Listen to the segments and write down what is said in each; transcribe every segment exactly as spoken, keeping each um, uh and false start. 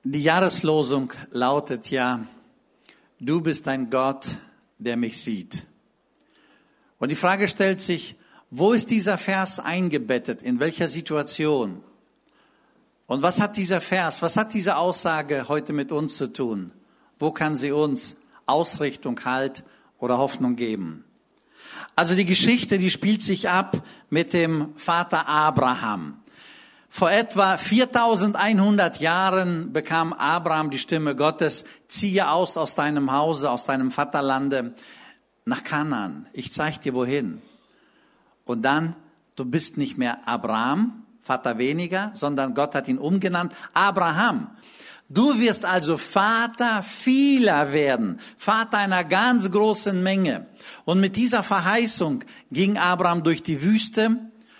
Die Jahreslosung lautet ja, du bist ein Gott, der mich sieht. Und die Frage stellt sich, wo ist dieser Vers eingebettet, in welcher Situation? Und was hat dieser Vers, was hat diese Aussage heute mit uns zu tun? Wo kann sie uns Ausrichtung, Halt oder Hoffnung geben? Also die Geschichte, die spielt sich ab mit dem Vater Abraham. Vor etwa viertausendeinhundert Jahren bekam Abraham die Stimme Gottes, ziehe aus aus deinem Hause, aus deinem Vaterlande nach Kanaan. Ich zeige dir wohin. Und dann, du bist nicht mehr Abraham, Vater weniger, sondern Gott hat ihn umgenannt, Abraham. Du wirst also Vater vieler werden, Vater einer ganz großen Menge. Und mit dieser Verheißung ging Abraham durch die Wüste.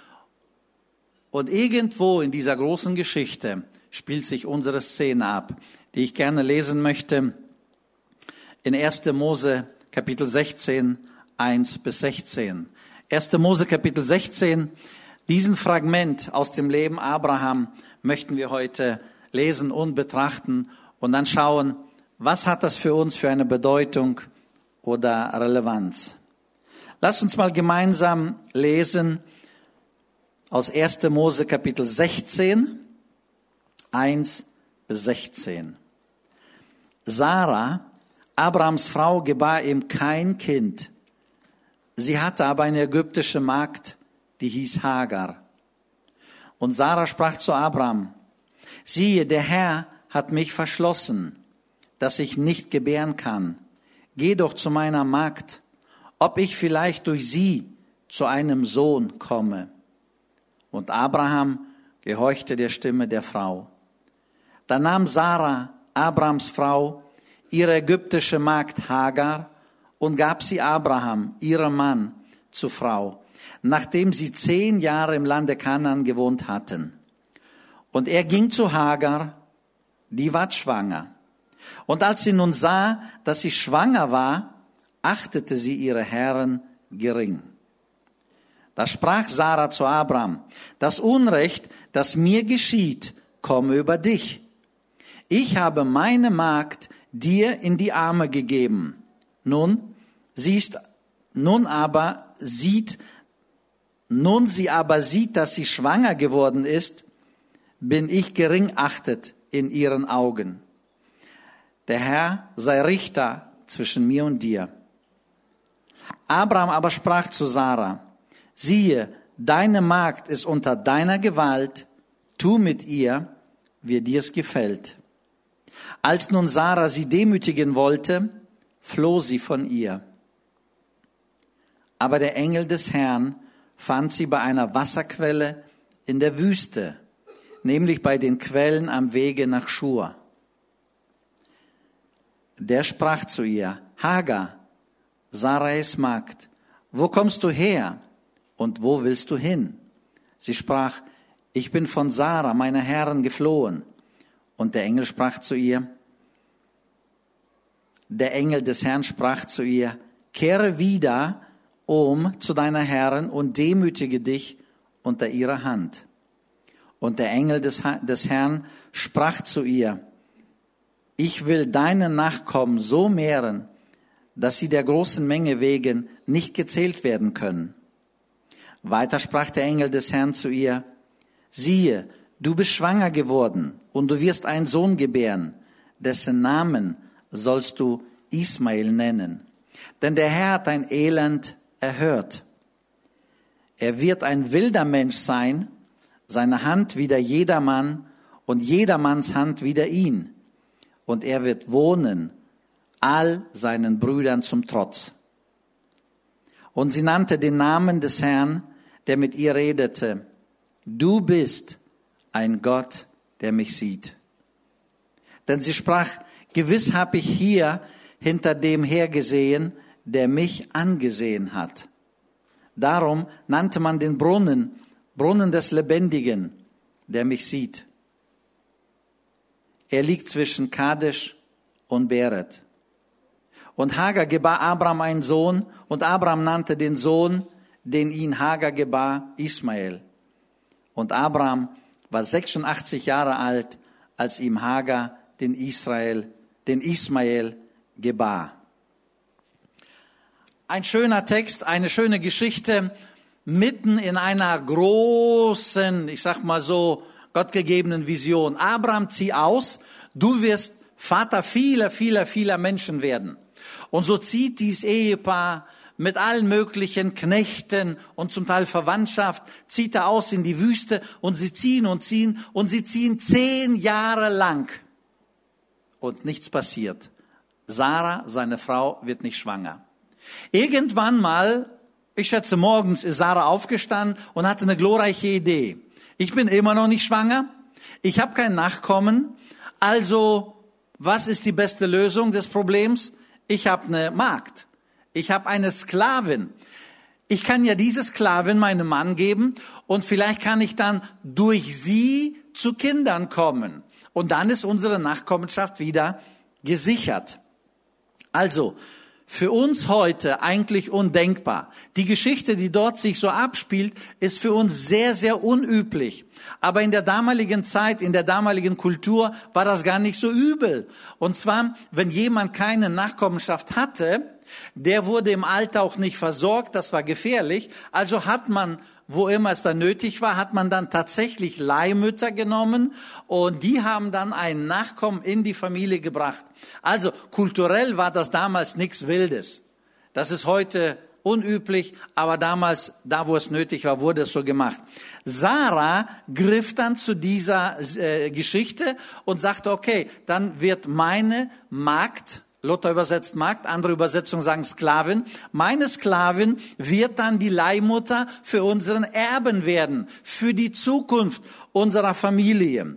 Und irgendwo in dieser großen Geschichte spielt sich unsere Szene ab, die ich gerne lesen möchte in erster Mose Kapitel sechzehn, eins bis sechzehn. erster Mose Kapitel sechzehn, diesen Fragment aus dem Leben Abraham möchten wir heute lesen und betrachten und dann schauen, was hat das für uns für eine Bedeutung oder Relevanz. Lasst uns mal gemeinsam lesen aus erster Mose Kapitel sechzehn, eins bis sechzehn. Sarah, Abrahams Frau, gebar ihm kein Kind. Sie hatte aber eine ägyptische Magd, die hieß Hagar. Und Sarah sprach zu Abraham, siehe, der Herr hat mich verschlossen, dass ich nicht gebären kann. Geh doch zu meiner Magd, ob ich vielleicht durch sie zu einem Sohn komme. Und Abraham gehorchte der Stimme der Frau. Da nahm Sarah, Abrahams Frau, ihre ägyptische Magd Hagar und gab sie Abraham, ihrem Mann, zur Frau, nachdem sie zehn Jahre im Lande Kanaan gewohnt hatten. Und er ging zu Hagar, die ward schwanger. Und als sie nun sah, dass sie schwanger war, achtete sie ihre Herren gering. Da sprach Sarah zu Abraham, das Unrecht, das mir geschieht, komme über dich. Ich habe meine Magd dir in die Arme gegeben. Nun, siehst, nun aber sieht, nun sie aber sieht, dass sie schwanger geworden ist, bin ich gering achtet in ihren Augen. Der Herr sei Richter zwischen mir und dir. Abraham aber sprach zu Sarah, siehe, deine Magd ist unter deiner Gewalt, tu mit ihr, wie dir's gefällt. Als nun Sarah sie demütigen wollte, floh sie von ihr. Aber der Engel des Herrn fand sie bei einer Wasserquelle in der Wüste, nämlich bei den Quellen am Wege nach Schur. Der sprach zu ihr, Hagar, Sarais Magd, wo kommst du her? Und wo willst du hin? Sie sprach, ich bin von Sarah, meiner Herrin, geflohen. Und der Engel sprach zu ihr, der Engel des Herrn sprach zu ihr, kehre wieder um zu deiner Herrin und demütige dich unter ihrer Hand. Und der Engel des, des Herrn sprach zu ihr, ich will deine Nachkommen so mehren, dass sie der großen Menge wegen nicht gezählt werden können. Weiter sprach der Engel des Herrn zu ihr, siehe, du bist schwanger geworden und du wirst einen Sohn gebären, dessen Namen sollst du Ismael nennen. Denn der Herr hat dein Elend erhört. Er wird ein wilder Mensch sein, seine Hand wider jedermann und jedermanns Hand wider ihn. Und er wird wohnen, all seinen Brüdern zum Trotz. Und sie nannte den Namen des Herrn, der mit ihr redete, du bist ein Gott, der mich sieht. Denn sie sprach, gewiss habe ich hier hinter dem hergesehen, der mich angesehen hat. Darum nannte man den Brunnen, Brunnen des Lebendigen, der mich sieht. Er liegt zwischen Kadesh und Beret. Und Hagar gebar Abraham einen Sohn, und Abraham nannte den Sohn, den ihn Hagar gebar, Ismael. Und Abraham war sechsundachtzig Jahre alt, als ihm Hagar den Israel, den Ismael gebar. Ein schöner Text, eine schöne Geschichte, mitten in einer großen, ich sag mal so, gottgegebenen Vision. Abraham, zieh aus, du wirst Vater vieler, vieler, vieler Menschen werden. Und so zieht dieses Ehepaar mit allen möglichen Knechten und zum Teil Verwandtschaft, zieht er aus in die Wüste und sie ziehen und ziehen und sie ziehen zehn Jahre lang. Und nichts passiert. Sarah, seine Frau, wird nicht schwanger. Irgendwann mal, ich schätze morgens, ist Sarah aufgestanden und hatte eine glorreiche Idee. Ich bin immer noch nicht schwanger, ich habe kein Nachkommen, also was ist die beste Lösung des Problems? Ich habe eine Magd, ich habe eine Sklavin. Ich kann ja diese Sklavin meinem Mann geben und vielleicht kann ich dann durch sie zu Kindern kommen. Und dann ist unsere Nachkommenschaft wieder gesichert. Also, für uns heute eigentlich undenkbar. Die Geschichte, die dort sich so abspielt, ist für uns sehr, sehr unüblich. Aber in der damaligen Zeit, in der damaligen Kultur war das gar nicht so übel. Und zwar, wenn jemand keine Nachkommenschaft hatte, der wurde im Alter auch nicht versorgt, das war gefährlich. Also hat man, wo immer es dann nötig war, hat man dann tatsächlich Leihmütter genommen und die haben dann einen Nachkommen in die Familie gebracht. Also kulturell war das damals nichts Wildes. Das ist heute unüblich, aber damals, da wo es nötig war, wurde es so gemacht. Sarah griff dann zu dieser äh, Geschichte und sagte, okay, dann wird meine Magd, Luther übersetzt Magd, andere Übersetzungen sagen Sklavin. Meine Sklavin wird dann die Leihmutter für unseren Erben werden, für die Zukunft unserer Familie.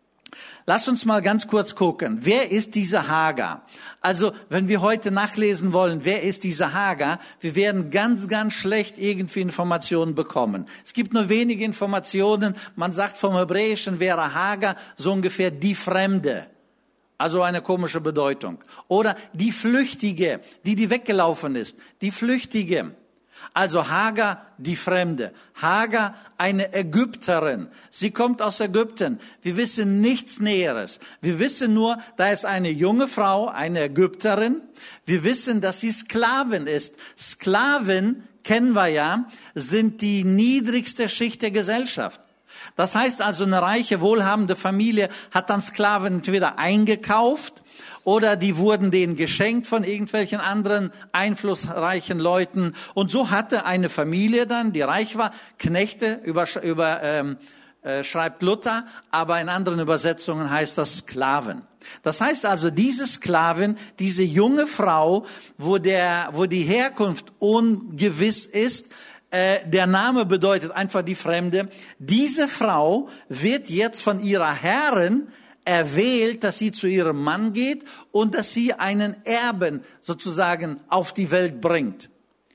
Lass uns mal ganz kurz gucken. Wer ist diese Hagar? Also, wenn wir heute nachlesen wollen, wer ist diese Hagar? Wir werden ganz, ganz schlecht irgendwie Informationen bekommen. Es gibt nur wenige Informationen. Man sagt, vom Hebräischen wäre Hagar so ungefähr die Fremde. Also eine komische Bedeutung. Oder die Flüchtige, die, die weggelaufen ist. Die Flüchtige. Also Hagar, die Fremde. Hagar, eine Ägypterin. Sie kommt aus Ägypten. Wir wissen nichts Näheres. Wir wissen nur, da ist eine junge Frau, eine Ägypterin. Wir wissen, dass sie Sklavin ist. Sklaven, kennen wir ja, sind die niedrigste Schicht der Gesellschaft. Das heißt also, eine reiche, wohlhabende Familie hat dann Sklaven entweder eingekauft oder die wurden denen geschenkt von irgendwelchen anderen einflussreichen Leuten. Und so hatte eine Familie dann, die reich war, Knechte, über, über, ähm, äh, schreibt Luther, aber in anderen Übersetzungen heißt das Sklaven. Das heißt also, diese Sklavin, diese junge Frau, wo, der, wo die Herkunft ungewiss ist, der Name bedeutet einfach die Fremde. Diese Frau wird jetzt von ihrer Herrin erwählt, dass sie zu ihrem Mann geht und dass sie einen Erben sozusagen auf die Welt bringt.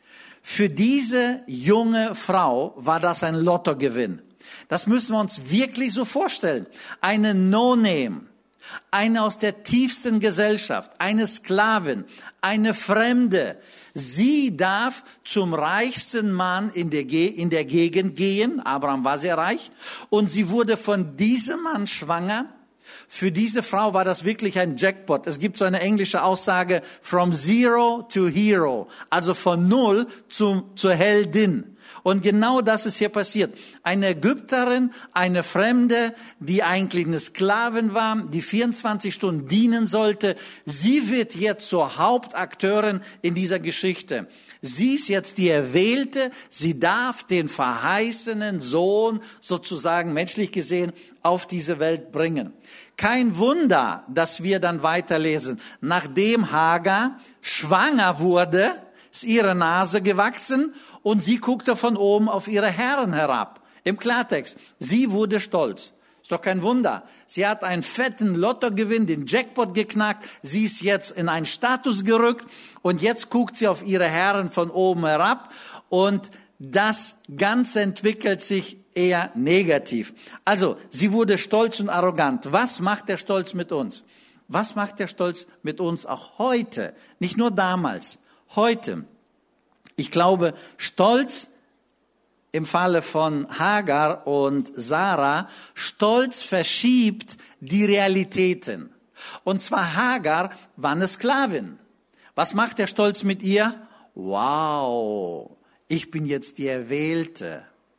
Für diese junge Frau war das ein Lottogewinn. Das müssen wir uns wirklich so vorstellen. Eine No-Name. Eine aus der tiefsten Gesellschaft, eine Sklavin, eine Fremde. Sie darf zum reichsten Mann in der, Ge- in der Gegend gehen. Abraham war sehr reich. Und sie wurde von diesem Mann schwanger. Für diese Frau war das wirklich ein Jackpot. Es gibt so eine englische Aussage, from zero to hero. Also von null zum, zur Heldin. Und genau das ist hier passiert. Eine Ägypterin, eine Fremde, die eigentlich eine Sklavin war, die vierundzwanzig Stunden dienen sollte. Sie wird jetzt zur Hauptakteurin in dieser Geschichte. Sie ist jetzt die Erwählte. Sie darf den verheißenen Sohn sozusagen menschlich gesehen auf diese Welt bringen. Kein Wunder, dass wir dann weiterlesen. Nachdem Hagar schwanger wurde, ist ihre Nase gewachsen und sie guckte von oben auf ihre Herren herab. Im Klartext, sie wurde stolz. Ist doch kein Wunder. Sie hat einen fetten Lottogewinn, den Jackpot geknackt. Sie ist jetzt in einen Status gerückt und jetzt guckt sie auf ihre Herren von oben herab und das Ganze entwickelt sich eher negativ. Also, sie wurde stolz und arrogant. Was macht der Stolz mit uns? Was macht der Stolz mit uns auch heute? Nicht nur damals, heute. Ich glaube, Stolz im Falle von Hagar und Sarah, Stolz verschiebt die Realitäten. Und zwar Hagar war eine Sklavin. Was macht der Stolz mit ihr? Wow, ich bin jetzt die Erwählte.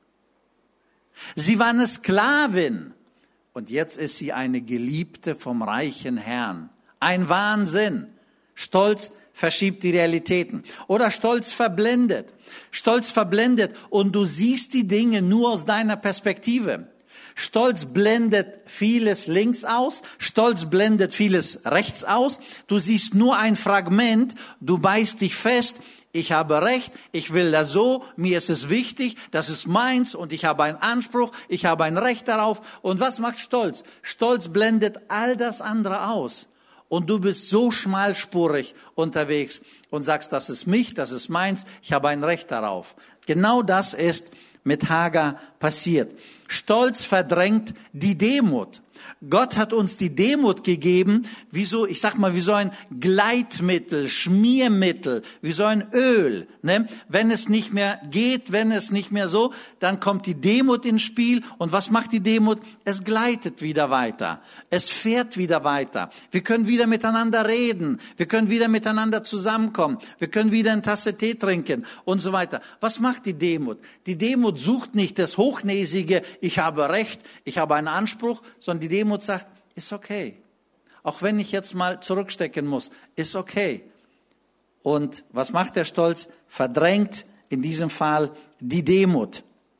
Sie war eine Sklavin und jetzt ist sie eine Geliebte vom reichen Herrn. Ein Wahnsinn. Stolz verschiebt die Realitäten. Oder Stolz verblendet. Stolz verblendet und du siehst die Dinge nur aus deiner Perspektive. Stolz blendet vieles links aus, Stolz blendet vieles rechts aus. Du siehst nur ein Fragment, du beißt dich fest, ich habe Recht, ich will das so, mir ist es wichtig, das ist meins und ich habe einen Anspruch, ich habe ein Recht darauf. Und was macht Stolz? Stolz blendet all das andere aus. Und du bist so schmalspurig unterwegs und sagst, das ist mich, das ist meins, ich habe ein Recht darauf. Genau das ist mit Hagar passiert. Stolz verdrängt die Demut. Gott hat uns die Demut gegeben, wie so, ich sag mal, wie so ein Gleitmittel, Schmiermittel, wie so ein Öl. Ne? Wenn es nicht mehr geht, wenn es nicht mehr so, dann kommt die Demut ins Spiel. Und was macht die Demut? Es gleitet wieder weiter. Es fährt wieder weiter. Wir können wieder miteinander reden. Wir können wieder miteinander zusammenkommen. Wir können wieder eine Tasse Tee trinken und so weiter. Was macht die Demut? Die Demut sucht nicht das Hochnäsige, ich habe Recht, ich habe einen Anspruch, sondern die Demut sagt, ist okay. Auch wenn ich jetzt mal zurückstecken muss, ist okay. Und was macht der Stolz? Verdrängt in diesem Fall die Demut.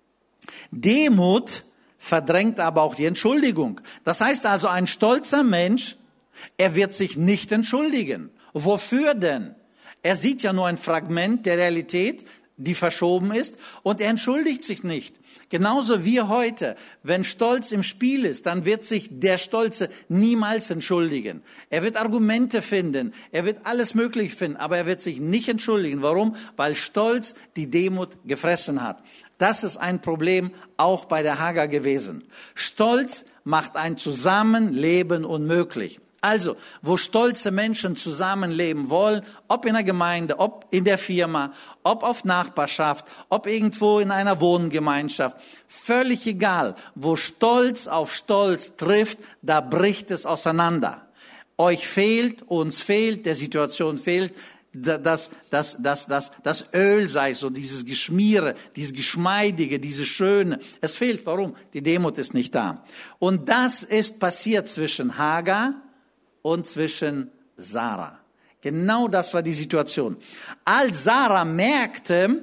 Demut verdrängt aber auch die Entschuldigung. Das heißt also, ein stolzer Mensch, er wird sich nicht entschuldigen. Wofür denn? Er sieht ja nur ein Fragment der Realität, die verschoben ist, und er entschuldigt sich nicht. Genauso wie heute, wenn Stolz im Spiel ist, dann wird sich der Stolze niemals entschuldigen. Er wird Argumente finden, er wird alles Mögliche finden, aber er wird sich nicht entschuldigen. Warum? Weil Stolz die Demut gefressen hat. Das ist ein Problem auch bei der Hagar gewesen. Stolz macht ein Zusammenleben unmöglich. Also, wo stolze Menschen zusammenleben wollen, ob in der Gemeinde, ob in der Firma, ob auf Nachbarschaft, ob irgendwo in einer Wohngemeinschaft, völlig egal, wo Stolz auf Stolz trifft, da bricht es auseinander. Euch fehlt, uns fehlt, der Situation fehlt, das, das, das, das, das Öl sei so, dieses Geschmiere, dieses Geschmeidige, dieses Schöne. Es fehlt. Warum? Die Demut ist nicht da. Und das ist passiert zwischen Hagar und zwischen Sarah. Genau das war die Situation. Als Sarah merkte,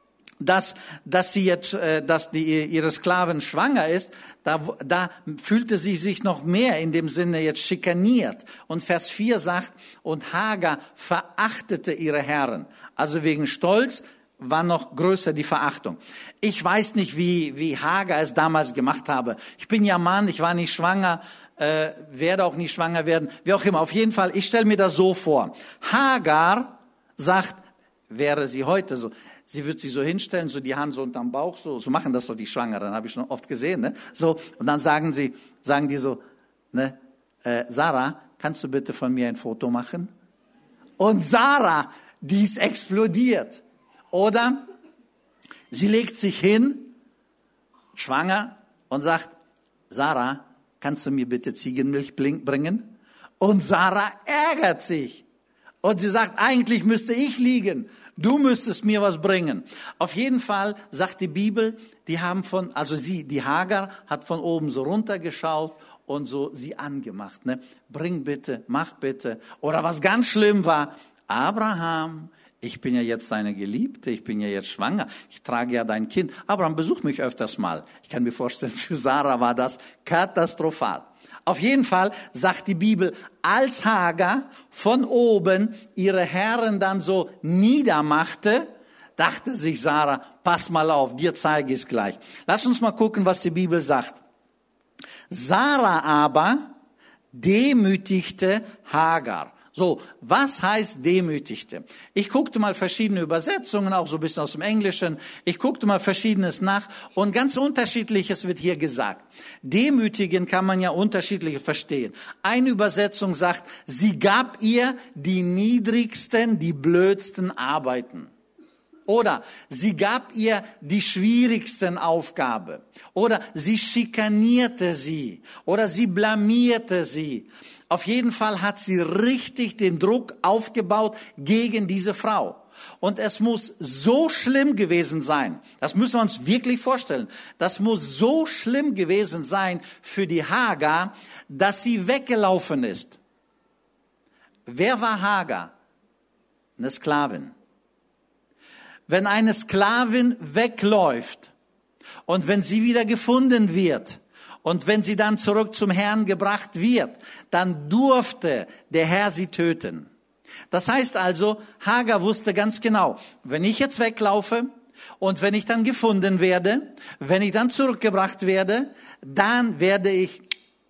dass, dass sie jetzt, äh, dass die, ihre Sklavin schwanger ist, da, da fühlte sie sich noch mehr in dem Sinne jetzt schikaniert. Und Vers vier sagt, und Hagar verachtete ihre Herren. Also wegen Stolz war noch größer die Verachtung. Ich weiß nicht, wie, wie Hagar es damals gemacht habe. Ich bin ja Mann, ich war nicht schwanger, äh, werde auch nicht schwanger werden, wie auch immer. Auf jeden Fall, ich stelle mir das so vor. Hagar sagt, wäre sie heute so, sie wird sich so hinstellen, so die Hand so unterm Bauch, so, so machen das doch die Schwangeren, habe ich schon oft gesehen, ne? So, und dann sagen sie, sagen die so, ne, äh, Sarah, kannst du bitte von mir ein Foto machen? Und Sarah, die ist explodiert. Oder sie legt sich hin, schwanger, und sagt, Sarah, kannst du mir bitte Ziegenmilch bringen? Und Sarah ärgert sich. Und sie sagt, eigentlich müsste ich liegen. Du müsstest mir was bringen. Auf jeden Fall sagt die Bibel, die haben von, also sie, die Hagar hat von oben so runtergeschaut und so sie angemacht, ne? Bring bitte, mach bitte. Oder was ganz schlimm war, Abraham, ich bin ja jetzt deine Geliebte, ich bin ja jetzt schwanger, ich trage ja dein Kind. Abraham, besuch mich öfters mal. Ich kann mir vorstellen, für Sarah war das katastrophal. Auf jeden Fall sagt die Bibel, als Hagar von oben ihre Herren dann so niedermachte, dachte sich Sarah, pass mal auf, dir zeige ich es gleich. Lass uns mal gucken, was die Bibel sagt. Sarah aber demütigte Hagar. So, was heißt demütigte? Ich guckte mal verschiedene Übersetzungen, auch so ein bisschen aus dem Englischen. Ich guckte mal Verschiedenes nach und ganz Unterschiedliches wird hier gesagt. Demütigen kann man ja unterschiedlich verstehen. Eine Übersetzung sagt, sie gab ihr die niedrigsten, die blödsten Arbeiten. Oder sie gab ihr die schwierigsten Aufgabe. Oder sie schikanierte sie. Oder sie blamierte sie. Auf jeden Fall hat sie richtig den Druck aufgebaut gegen diese Frau. Und es muss so schlimm gewesen sein, das müssen wir uns wirklich vorstellen, das muss so schlimm gewesen sein für die Hagar, dass sie weggelaufen ist. Wer war Hagar? Eine Sklavin. Wenn eine Sklavin wegläuft und wenn sie wieder gefunden wird und wenn sie dann zurück zum Herrn gebracht wird, dann durfte der Herr sie töten. Das heißt also, Hagar wusste ganz genau, wenn ich jetzt weglaufe und wenn ich dann gefunden werde, wenn ich dann zurückgebracht werde, dann werde ich,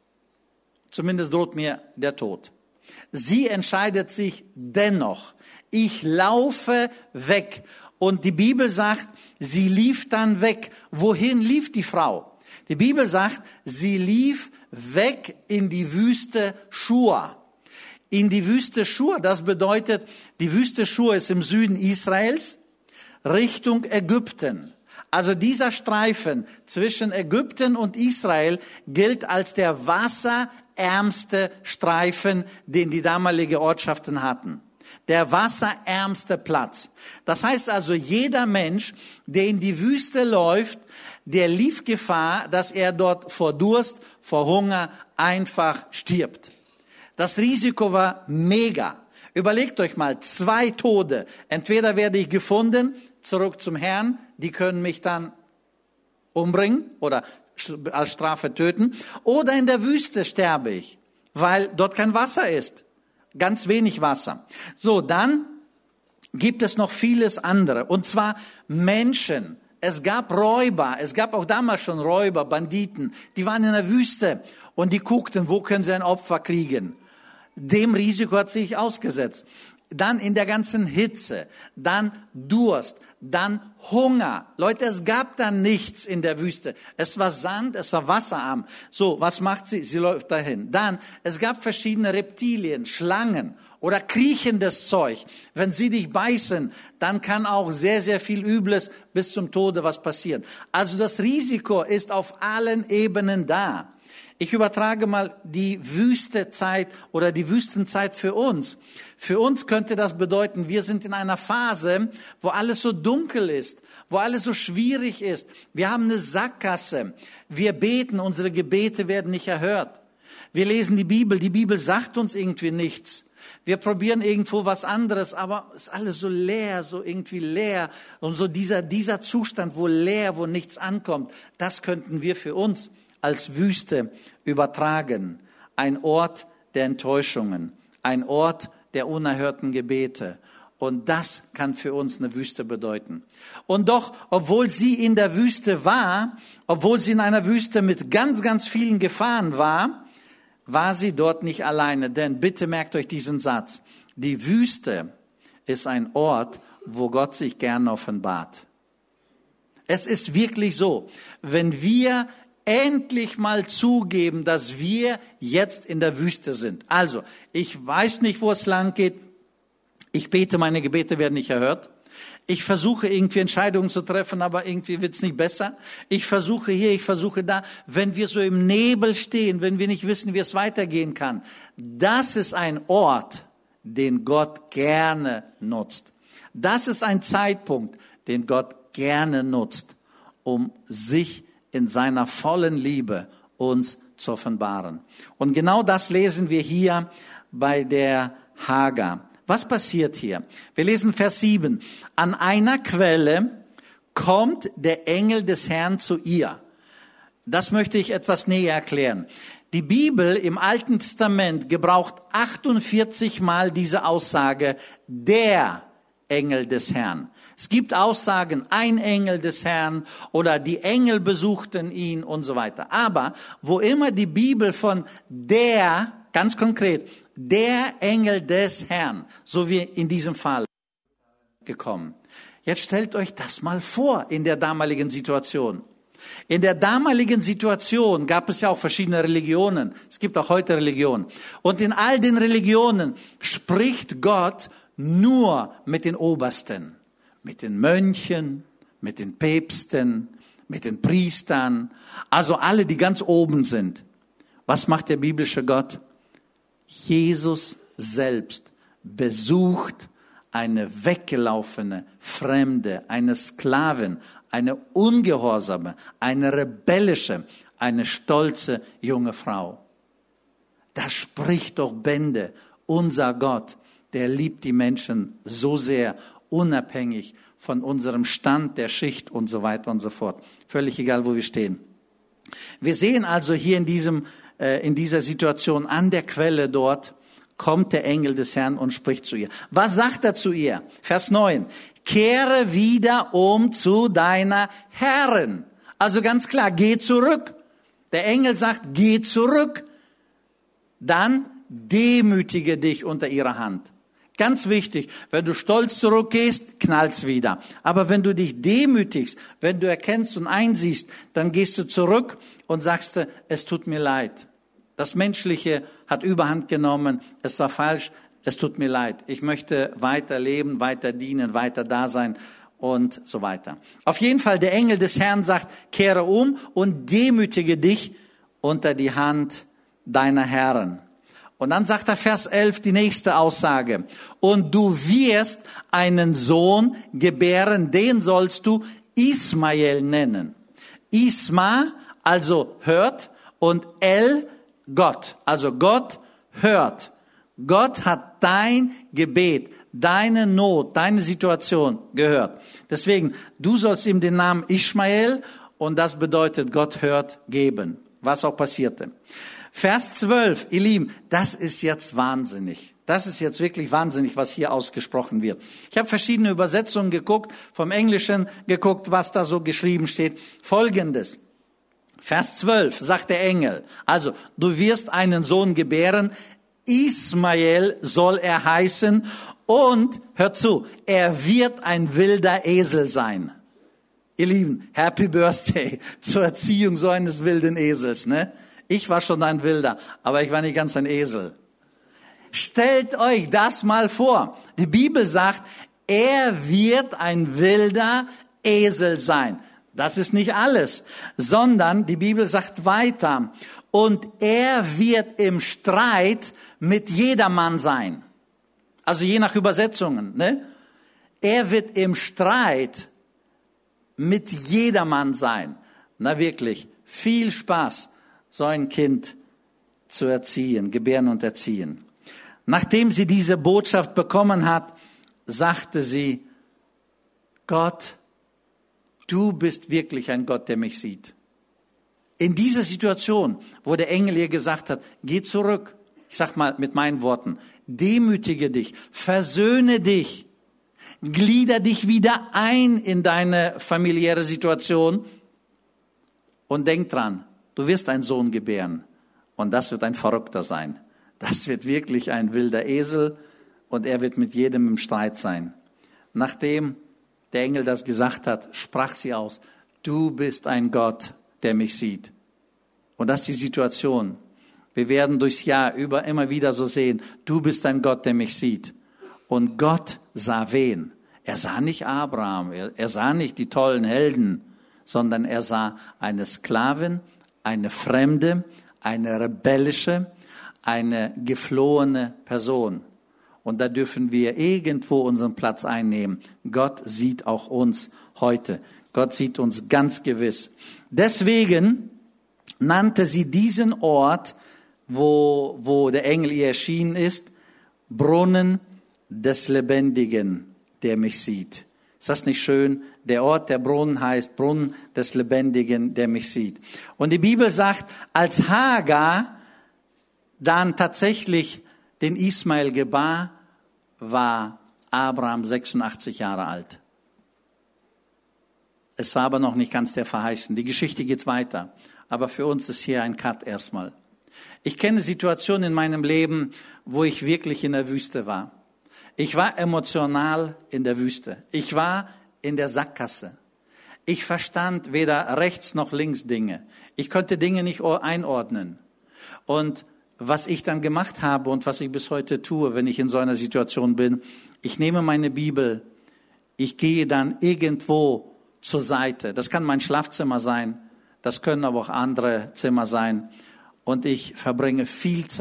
zumindest droht mir der Tod. Sie entscheidet sich dennoch, ich laufe weg. Und die Bibel sagt, sie lief dann weg. Wohin lief die Frau? Die Bibel sagt, sie lief weg in die Wüste Schur. In die Wüste Schur, das bedeutet, die Wüste Schur ist im Süden Israels, Richtung Ägypten. Also dieser Streifen zwischen Ägypten und Israel gilt als der wasserärmste Streifen, den die damalige Ortschaften hatten. Der wasserärmste Platz. Das heißt also, jeder Mensch, der in die Wüste läuft, der lief Gefahr, dass er dort vor Durst, vor Hunger einfach stirbt. Das Risiko war mega. Überlegt euch mal, zwei Tode. Entweder werde ich gefunden, zurück zum Herrn, die können mich dann umbringen oder als Strafe töten. Oder in der Wüste sterbe ich, weil dort kein Wasser ist. Ganz wenig Wasser. So, dann gibt es noch vieles andere. Und zwar Menschen. Es gab Räuber. Es gab auch damals schon Räuber, Banditen. Die waren in der Wüste und die guckten, wo können sie ein Opfer kriegen. Dem Risiko hat sich ausgesetzt. Dann in der ganzen Hitze, dann Durst, dann Hunger. Leute, es gab da nichts in der Wüste. Es war Sand, es war wasserarm. So, was macht sie? Sie läuft dahin. Dann, es gab verschiedene Reptilien, Schlangen oder kriechendes Zeug. Wenn sie dich beißen, dann kann auch sehr, sehr viel Übles bis zum Tode was passieren. Also das Risiko ist auf allen Ebenen da. Ich übertrage mal die Wüstezeit oder die Wüstenzeit für uns. Für uns könnte das bedeuten, wir sind in einer Phase, wo alles so dunkel ist, wo alles so schwierig ist. Wir haben eine Sackgasse. Wir beten, unsere Gebete werden nicht erhört. Wir lesen die Bibel, die Bibel sagt uns irgendwie nichts. Wir probieren irgendwo was anderes, aber es ist alles so leer, so irgendwie leer. Und so dieser, dieser Zustand, wo leer, wo nichts ankommt, das könnten wir für uns als Wüste übertragen. Ein Ort der Enttäuschungen, ein Ort der unerhörten Gebete. Und das kann für uns eine Wüste bedeuten. Und doch, obwohl sie in der Wüste war, obwohl sie in einer Wüste mit ganz, ganz vielen Gefahren war, war sie dort nicht alleine. Denn bitte merkt euch diesen Satz. Die Wüste ist ein Ort, wo Gott sich gern offenbart. Es ist wirklich so, wenn wir endlich mal zugeben, dass wir jetzt in der Wüste sind. Also, ich weiß nicht, wo es lang geht. Ich bete, meine Gebete werden nicht erhört. Ich versuche irgendwie Entscheidungen zu treffen, aber irgendwie wird's nicht besser. Ich versuche hier, ich versuche da. Wenn wir so im Nebel stehen, wenn wir nicht wissen, wie es weitergehen kann, das ist ein Ort, den Gott gerne nutzt. Das ist ein Zeitpunkt, den Gott gerne nutzt, um sich in seiner vollen Liebe uns zu offenbaren. Und genau das lesen wir hier bei der Hagar. Was passiert hier? Wir lesen Vers sieben. An einer Quelle kommt der Engel des Herrn zu ihr. Das möchte ich etwas näher erklären. Die Bibel im Alten Testament gebraucht achtundvierzig Mal diese Aussage, der Engel des Herrn. Es gibt Aussagen, ein Engel des Herrn oder die Engel besuchten ihn und so weiter. Aber wo immer die Bibel von der, ganz konkret, der Engel des Herrn, so wie in diesem Fall gekommen. Jetzt stellt euch das mal vor in der damaligen Situation. In der damaligen Situation gab es ja auch verschiedene Religionen. Es gibt auch heute Religionen. Und in all den Religionen spricht Gott nur mit den Obersten. Mit den Mönchen, mit den Päpsten, mit den Priestern, also alle, die ganz oben sind. Was macht der biblische Gott? Jesus selbst besucht eine weggelaufene Fremde, eine Sklavin, eine ungehorsame, eine rebellische, eine stolze junge Frau. Das spricht doch Bände. Unser Gott, der liebt die Menschen so sehr, unabhängig von unserem Stand, der Schicht und so weiter und so fort. Völlig egal, wo wir stehen. Wir sehen also hier in diesem, äh, in dieser Situation an der Quelle dort, kommt der Engel des Herrn und spricht zu ihr. Was sagt er zu ihr? Vers neun. Kehre wieder um zu deiner Herrin. Also ganz klar, geh zurück. Der Engel sagt, geh zurück. Dann demütige dich unter ihrer Hand. Ganz wichtig, wenn du stolz zurückgehst, knallt's wieder. Aber wenn du dich demütigst, wenn du erkennst und einsiehst, dann gehst du zurück und sagst, es tut mir leid. Das Menschliche hat Überhand genommen, es war falsch, es tut mir leid. Ich möchte weiter leben, weiter dienen, weiter da sein und so weiter. Auf jeden Fall, der Engel des Herrn sagt, kehre um und demütige dich unter die Hand deiner Herren. Und dann sagt er Vers elf die nächste Aussage. Und du wirst einen Sohn gebären, den sollst du Ismael nennen. Isma, also hört, und El, Gott. Also Gott hört. Gott hat dein Gebet, deine Not, deine Situation gehört. Deswegen, du sollst ihm den Namen Ismael, und das bedeutet, Gott hört, geben. Was auch passierte. Vers zwölf, ihr Lieben, das ist jetzt wahnsinnig. Das ist jetzt wirklich wahnsinnig, was hier ausgesprochen wird. Ich habe verschiedene Übersetzungen geguckt, vom Englischen geguckt, was da so geschrieben steht. Folgendes. Vers zwölf sagt der Engel, also du wirst einen Sohn gebären, Ismael soll er heißen, und, hört zu, er wird ein wilder Esel sein. Ihr Lieben, Happy Birthday zur Erziehung so eines wilden Esels, ne? Ich war schon ein Wilder, aber ich war nicht ganz ein Esel. Stellt euch das mal vor. Die Bibel sagt, er wird ein wilder Esel sein. Das ist nicht alles, sondern die Bibel sagt weiter, und er wird im Streit mit jedermann sein. Also je nach Übersetzungen, ne? Er wird im Streit mit jedermann sein. Na wirklich, viel Spaß, so ein Kind zu erziehen, gebären und erziehen. Nachdem sie diese Botschaft bekommen hat, sagte sie, Gott, du bist wirklich ein Gott, der mich sieht. In dieser Situation, wo der Engel ihr gesagt hat, geh zurück, ich sag mal mit meinen Worten, demütige dich, versöhne dich, glieder dich wieder ein in deine familiäre Situation und denk dran, du wirst einen Sohn gebären und das wird ein Verrückter sein. Das wird wirklich ein wilder Esel und er wird mit jedem im Streit sein. Nachdem der Engel das gesagt hat, sprach sie aus, du bist ein Gott, der mich sieht. Und das ist die Situation. Wir werden durchs Jahr über immer wieder so sehen, du bist ein Gott, der mich sieht. Und Gott sah wen? Er sah nicht Abraham, er, er sah nicht die tollen Helden, sondern er sah eine Sklavin, eine Fremde, eine rebellische, eine geflohene Person. Und da dürfen wir irgendwo unseren Platz einnehmen. Gott sieht auch uns heute. Gott sieht uns ganz gewiss. Deswegen nannte sie diesen Ort, wo, wo der Engel ihr erschienen ist, Brunnen des Lebendigen, der mich sieht. Ist das nicht schön? Der Ort, der Brunnen heißt Brunnen des Lebendigen, der mich sieht. Und die Bibel sagt, als Hagar dann tatsächlich den Ismael gebar, war Abraham sechsundachtzig Jahre alt. Es war aber noch nicht ganz der Verheißen. Die Geschichte geht weiter. Aber für uns ist hier ein Cut erstmal. Ich kenne Situationen in meinem Leben, wo ich wirklich in der Wüste war. Ich war emotional in der Wüste. Ich war in der Sackgasse. Ich verstand weder rechts noch links Dinge. Ich konnte Dinge nicht einordnen. Und was ich dann gemacht habe und was ich bis heute tue, wenn ich in so einer Situation bin, ich nehme meine Bibel, ich gehe dann irgendwo zur Seite. Das kann mein Schlafzimmer sein, das können aber auch andere Zimmer sein. Und ich verbringe viel Zeit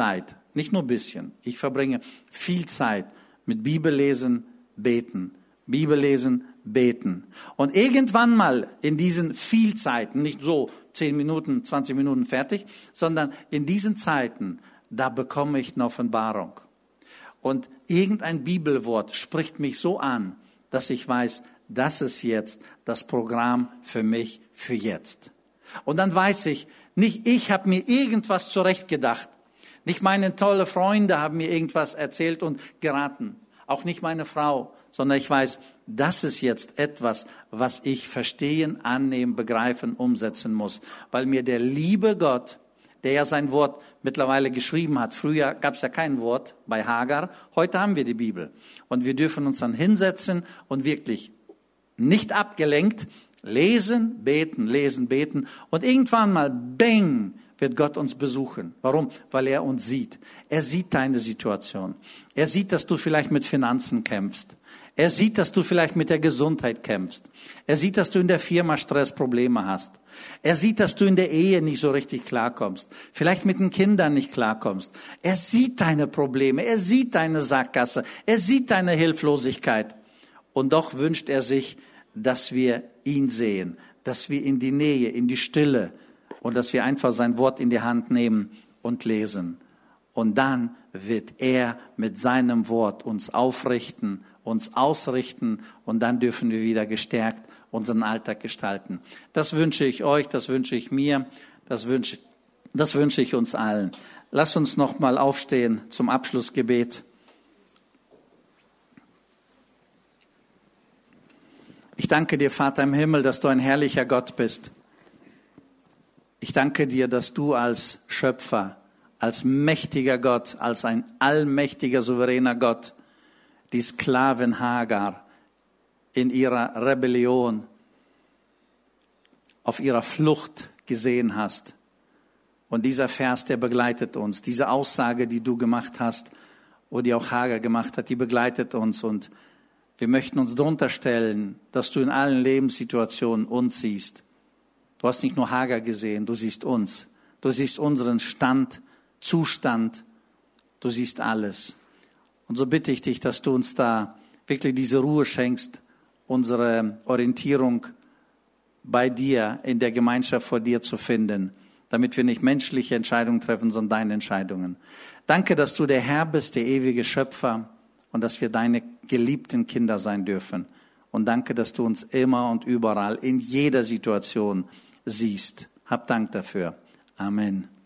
nicht nur ein bisschen, ich verbringe viel Zeit mit Bibellesen, beten, Bibellesen, beten. Und irgendwann mal in diesen viel Zeiten, nicht so zehn Minuten, zwanzig Minuten fertig, sondern in diesen Zeiten, da bekomme ich eine Offenbarung. Und irgendein Bibelwort spricht mich so an, dass ich weiß, das ist jetzt das Programm für mich, für jetzt. Und dann weiß ich, nicht ich habe mir irgendwas zurechtgedacht, nicht meine tolle Freunde haben mir irgendwas erzählt und geraten, auch nicht meine Frau, sondern ich weiß, das ist jetzt etwas, was ich verstehen, annehmen, begreifen, umsetzen muss, weil mir der liebe Gott, der ja sein Wort mittlerweile geschrieben hat. Früher gab es ja kein Wort bei Hagar, heute haben wir die Bibel. Und wir dürfen uns dann hinsetzen und wirklich nicht abgelenkt lesen, beten, lesen, beten. Und irgendwann mal, bang, wird Gott uns besuchen. Warum? Weil er uns sieht. Er sieht deine Situation. Er sieht, dass du vielleicht mit Finanzen kämpfst. Er sieht, dass du vielleicht mit der Gesundheit kämpfst. Er sieht, dass du in der Firma Stressprobleme hast. Er sieht, dass du in der Ehe nicht so richtig klarkommst. Vielleicht mit den Kindern nicht klarkommst. Er sieht deine Probleme. Er sieht deine Sackgasse. Er sieht deine Hilflosigkeit. Und doch wünscht er sich, dass wir ihn sehen, dass wir in die Nähe, in die Stille und dass wir einfach sein Wort in die Hand nehmen und lesen. Und dann wird er mit seinem Wort uns aufrichten, uns ausrichten und dann dürfen wir wieder gestärkt unseren Alltag gestalten. Das wünsche ich euch, das wünsche ich mir, das wünsche, das wünsche ich uns allen. Lasst uns noch mal aufstehen zum Abschlussgebet. Ich danke dir, Vater im Himmel, dass du ein herrlicher Gott bist. Ich danke dir, dass du als Schöpfer, als mächtiger Gott, als ein allmächtiger, souveräner Gott, die Sklavin Hagar in ihrer Rebellion, auf ihrer Flucht gesehen hast. Und dieser Vers, der begleitet uns, diese Aussage, die du gemacht hast, oder die auch Hagar gemacht hat, die begleitet uns. Und wir möchten uns drunter stellen, dass du in allen Lebenssituationen uns siehst. Du hast nicht nur Hagar gesehen, du siehst uns. Du siehst unseren Stand, Zustand, du siehst alles. Und so bitte ich dich, dass du uns da wirklich diese Ruhe schenkst, unsere Orientierung bei dir, in der Gemeinschaft vor dir zu finden, damit wir nicht menschliche Entscheidungen treffen, sondern deine Entscheidungen. Danke, dass du der Herr bist, der ewige Schöpfer und dass wir deine geliebten Kinder sein dürfen. Und danke, dass du uns immer und überall in jeder Situation siehst. Hab Dank dafür. Amen.